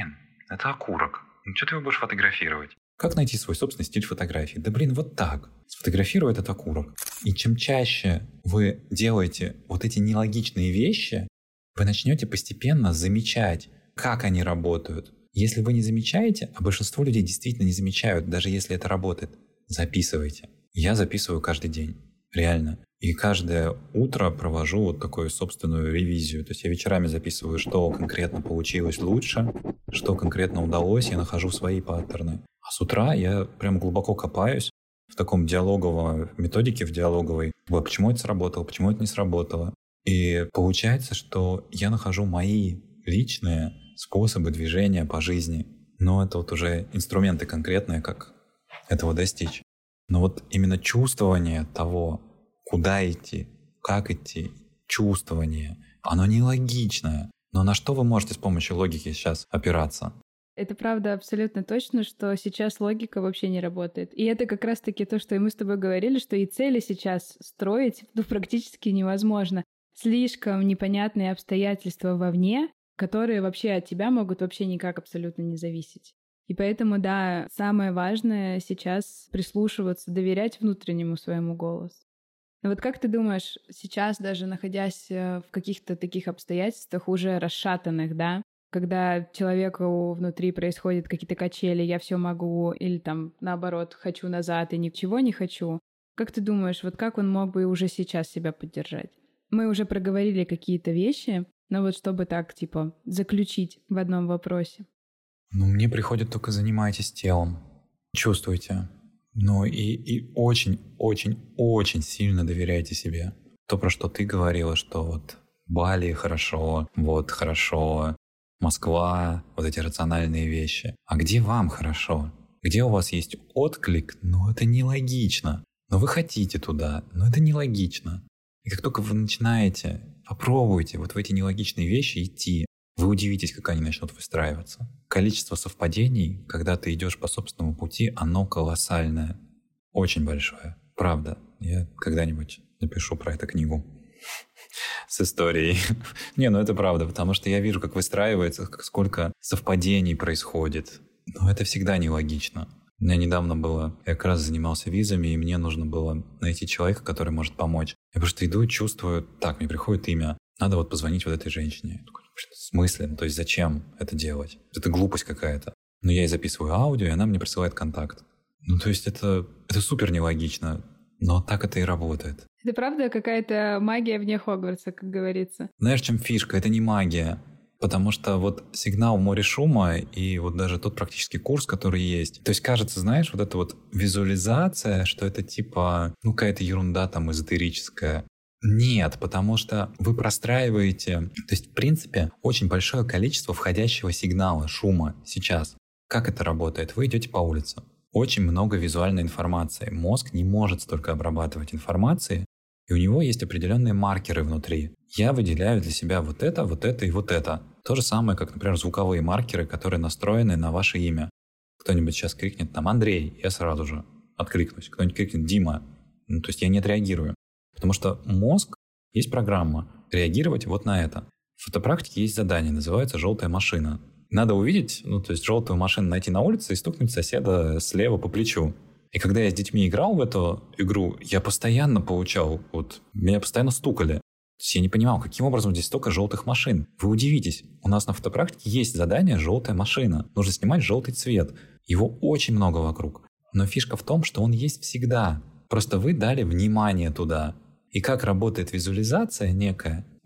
это окурок. Ну что ты его будешь фотографировать? Как найти свой собственный стиль фотографии? Да вот так. Сфотографируй этот окурок. И чем чаще вы делаете вот эти нелогичные вещи, вы начнете постепенно замечать, как они работают. Если вы не замечаете, а большинство людей действительно не замечают, даже если это работает, записывайте. Я записываю каждый день. Реально. И каждое утро провожу вот такую собственную ревизию. То есть я вечерами записываю, что конкретно получилось лучше, что конкретно удалось, я нахожу свои паттерны. А с утра я прям глубоко копаюсь в таком диалоговом методике, в диалоговой. Почему это сработало, почему это не сработало. И получается, что я нахожу мои личные способы движения по жизни. Но это вот уже инструменты конкретные, как этого достичь. Но вот именно чувствование того, куда идти, как идти, чувствование, оно нелогичное. Но на что вы можете с помощью логики сейчас опираться? Это правда абсолютно точно, что сейчас логика вообще не работает. И это как раз-таки то, что и мы с тобой говорили, что и цели сейчас строить практически невозможно. Слишком непонятные обстоятельства вовне, которые вообще от тебя могут вообще никак абсолютно не зависеть. И поэтому, да, самое важное сейчас прислушиваться, доверять внутреннему своему голосу. Но вот как ты думаешь, сейчас, даже находясь в каких-то таких обстоятельствах уже расшатанных, да, когда человеку внутри происходят какие-то качели, я все могу, или там наоборот, хочу назад и ничего не хочу, как ты думаешь, вот как он мог бы уже сейчас себя поддержать? Мы уже проговорили какие-то вещи, но вот чтобы так, заключить в одном вопросе. Мне приходит только занимайтесь телом. Чувствуйте. И очень-очень-очень сильно доверяйте себе. То, про что ты говорила, что вот Бали хорошо, вот хорошо, Москва, вот эти рациональные вещи. А где вам хорошо? Где у вас есть отклик? Это нелогично. Но вы хотите туда, но это нелогично. И как только вы начинаете, попробуйте вот в эти нелогичные вещи идти, вы удивитесь, как они начнут выстраиваться. Количество совпадений, когда ты идешь по собственному пути, оно колоссальное. Очень большое. Правда. Я когда-нибудь напишу про это книгу с историей. Это правда, потому что я вижу, как выстраивается, сколько совпадений происходит. Но это всегда нелогично. У меня недавно было, я как раз занимался визами, и мне нужно было найти человека, который может помочь. Я просто иду и чувствую, мне приходит имя, надо позвонить вот этой женщине. Я такой, в смысле? То есть зачем это делать? Это глупость какая-то. Но я ей записываю аудио, и она мне присылает контакт. То есть это супер нелогично, но так это и работает. Это правда какая-то магия вне Хогвартса, как говорится? Знаешь, в чем фишка? Это не магия. Потому что сигнал море шума и даже тот практический курс, который есть. То есть кажется, знаешь, эта визуализация, что это какая-то ерунда эзотерическая. Нет, потому что вы простраиваете, то есть в принципе очень большое количество входящего сигнала, шума сейчас. Как это работает? Вы идете по улице. Очень много визуальной информации. Мозг не может столько обрабатывать информации, и у него есть определенные маркеры внутри. Я выделяю для себя вот это и вот это. То же самое, как, например, звуковые маркеры, которые настроены на ваше имя. Кто-нибудь сейчас крикнет Андрей, я сразу же откликнусь. Кто-нибудь крикнет Дима, то есть я не отреагирую. Потому что мозг, есть программа реагировать на это. В фотопрактике есть задание, называется «желтая машина». Надо увидеть, то есть желтую машину найти на улице и стукнуть соседа слева по плечу. И когда я с детьми играл в эту игру, я постоянно получал, меня постоянно стукали. То есть я не понимал, каким образом здесь столько желтых машин. Вы удивитесь, у нас на фотопрактике есть задание «желтая машина». Нужно снимать желтый цвет. Его очень много вокруг. Но фишка в том, что он есть всегда. Просто вы дали внимание туда. И как работает визуализация некая,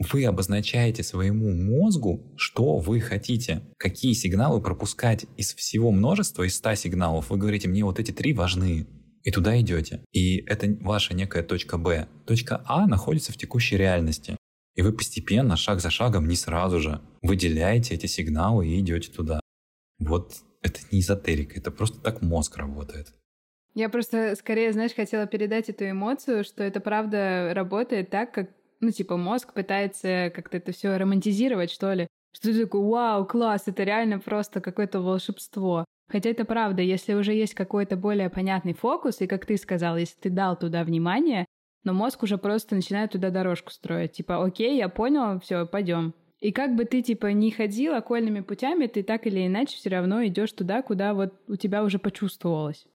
вы обозначаете своему мозгу, что вы хотите, какие сигналы пропускать из всего множества, из 100 сигналов. Вы говорите, мне вот эти 3 важны, и туда идете. И это ваша некая точка Б. Точка А находится в текущей реальности. И вы постепенно, шаг за шагом, не сразу же выделяете эти сигналы и идете туда. Вот это не эзотерика, это просто так мозг работает. Я просто скорее, знаешь, хотела передать эту эмоцию, что это правда работает так, как, мозг пытается как-то это все романтизировать, что ли. Что ты такой, вау, класс, это реально просто какое-то волшебство. Хотя это правда, если уже есть какой-то более понятный фокус, и, как ты сказал, если ты дал туда внимание, но мозг уже просто начинает туда дорожку строить. Типа, окей, я понял, все, пойдем. И как бы ты, не ходил окольными путями, ты так или иначе все равно идешь туда, куда вот у тебя уже почувствовалось.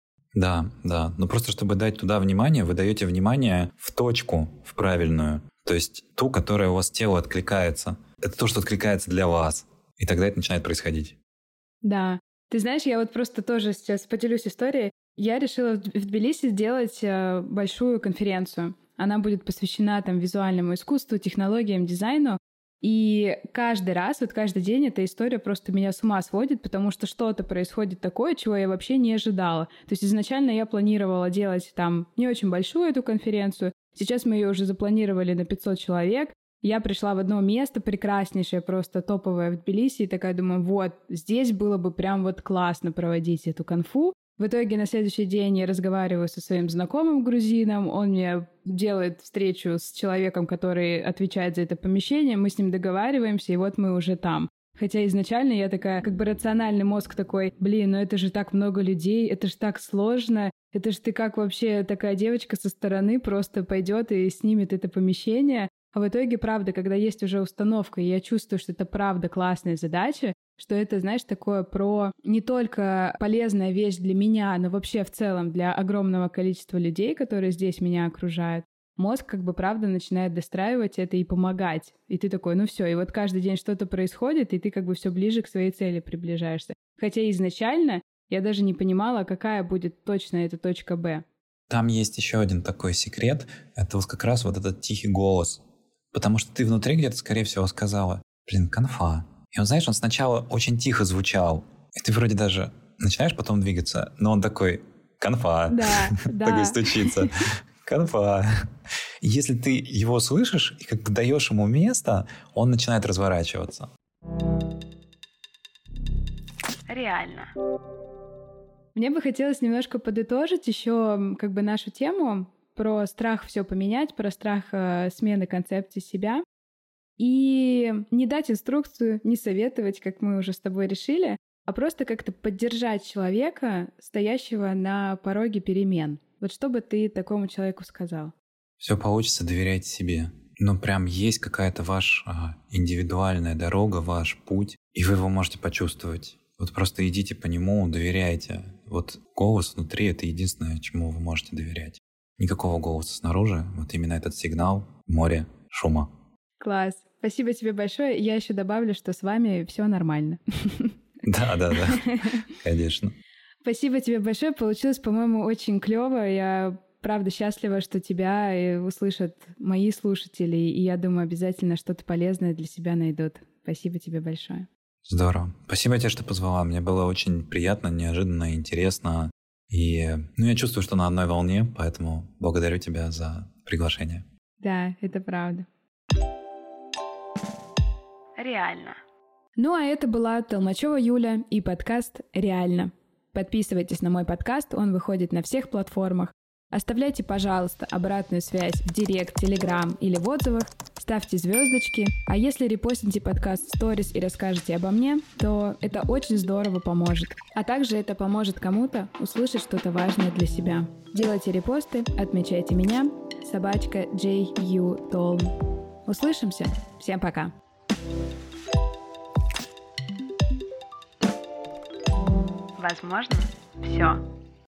Да. Но просто чтобы дать туда внимание, вы даете внимание в точку, в правильную. То есть ту, которая у вас тело откликается. Это то, что откликается для вас. И тогда это начинает происходить. Да. Ты знаешь, я вот просто тоже сейчас поделюсь историей. Я решила в Тбилиси сделать большую конференцию. Она будет посвящена визуальному искусству, технологиям, дизайну. И каждый раз, каждый день эта история просто меня с ума сводит, потому что что-то происходит такое, чего я вообще не ожидала. То есть изначально я планировала делать не очень большую эту конференцию. Сейчас мы ее уже запланировали на 500 человек. Я пришла в одно место прекраснейшее, просто топовое в Тбилиси, и такая думаю, вот, здесь было бы прям классно проводить эту конфу. В итоге на следующий день я разговариваю со своим знакомым грузином, он мне делает встречу с человеком, который отвечает за это помещение, мы с ним договариваемся, и вот мы уже там. Хотя изначально я такая, рациональный мозг такой, это же так много людей, это же так сложно, это же ты как вообще такая девочка со стороны просто пойдет и снимет это помещение. А в итоге, правда, когда есть уже установка, и я чувствую, что это правда классная задача, что это, знаешь, такое про не только полезная вещь для меня, но вообще в целом для огромного количества людей, которые здесь меня окружают, мозг правда начинает достраивать это и помогать. И ты такой, все, и вот каждый день что-то происходит, и ты все ближе к своей цели приближаешься. Хотя изначально я даже не понимала, какая будет точно эта точка Б. Там есть еще один такой секрет, это как раз этот тихий голос. Потому что ты внутри где-то, скорее всего, сказала, конфа. И он, знаешь, он сначала очень тихо звучал. И ты вроде даже начинаешь потом двигаться, но он такой, конфа. Да. Такой стучится. Конфа. И если ты его слышишь и даешь ему место, он начинает разворачиваться. Реально. Мне бы хотелось немножко подытожить еще нашу тему про страх все поменять, про страх смены концепции себя. И не дать инструкцию, не советовать, как мы уже с тобой решили, а просто как-то поддержать человека, стоящего на пороге перемен. Вот что бы ты такому человеку сказал? Все получится, доверяйте себе. Но прям есть какая-то ваша индивидуальная дорога, ваш путь, и вы его можете почувствовать. Вот просто идите по нему, доверяйте. Вот голос внутри — это единственное, чему вы можете доверять. Никакого голоса снаружи, вот именно этот сигнал, море, шума. Класс. Спасибо тебе большое. Я еще добавлю, что с вами все нормально. Да, конечно. Спасибо тебе большое. Получилось, по-моему, очень клево. Я правда счастлива, что тебя услышат мои слушатели, и я думаю, обязательно что-то полезное для себя найдут. Спасибо тебе большое. Здорово. Спасибо тебе, что позвала. Мне было очень приятно, неожиданно, интересно. И я чувствую, что на одной волне, поэтому благодарю тебя за приглашение. Да, это правда. Реально. Ну а это была Толмачева Юля и подкаст «Реально». Подписывайтесь на мой подкаст, он выходит на всех платформах. Оставляйте, пожалуйста, обратную связь в Директ, Телеграм или в отзывах, ставьте звездочки, а если репостите подкаст в сторис и расскажете обо мне, то это очень здорово поможет. А также это поможет кому-то услышать что-то важное для себя. Делайте репосты, отмечайте меня, @JUTolm. Услышимся. Всем пока. Возможно, все.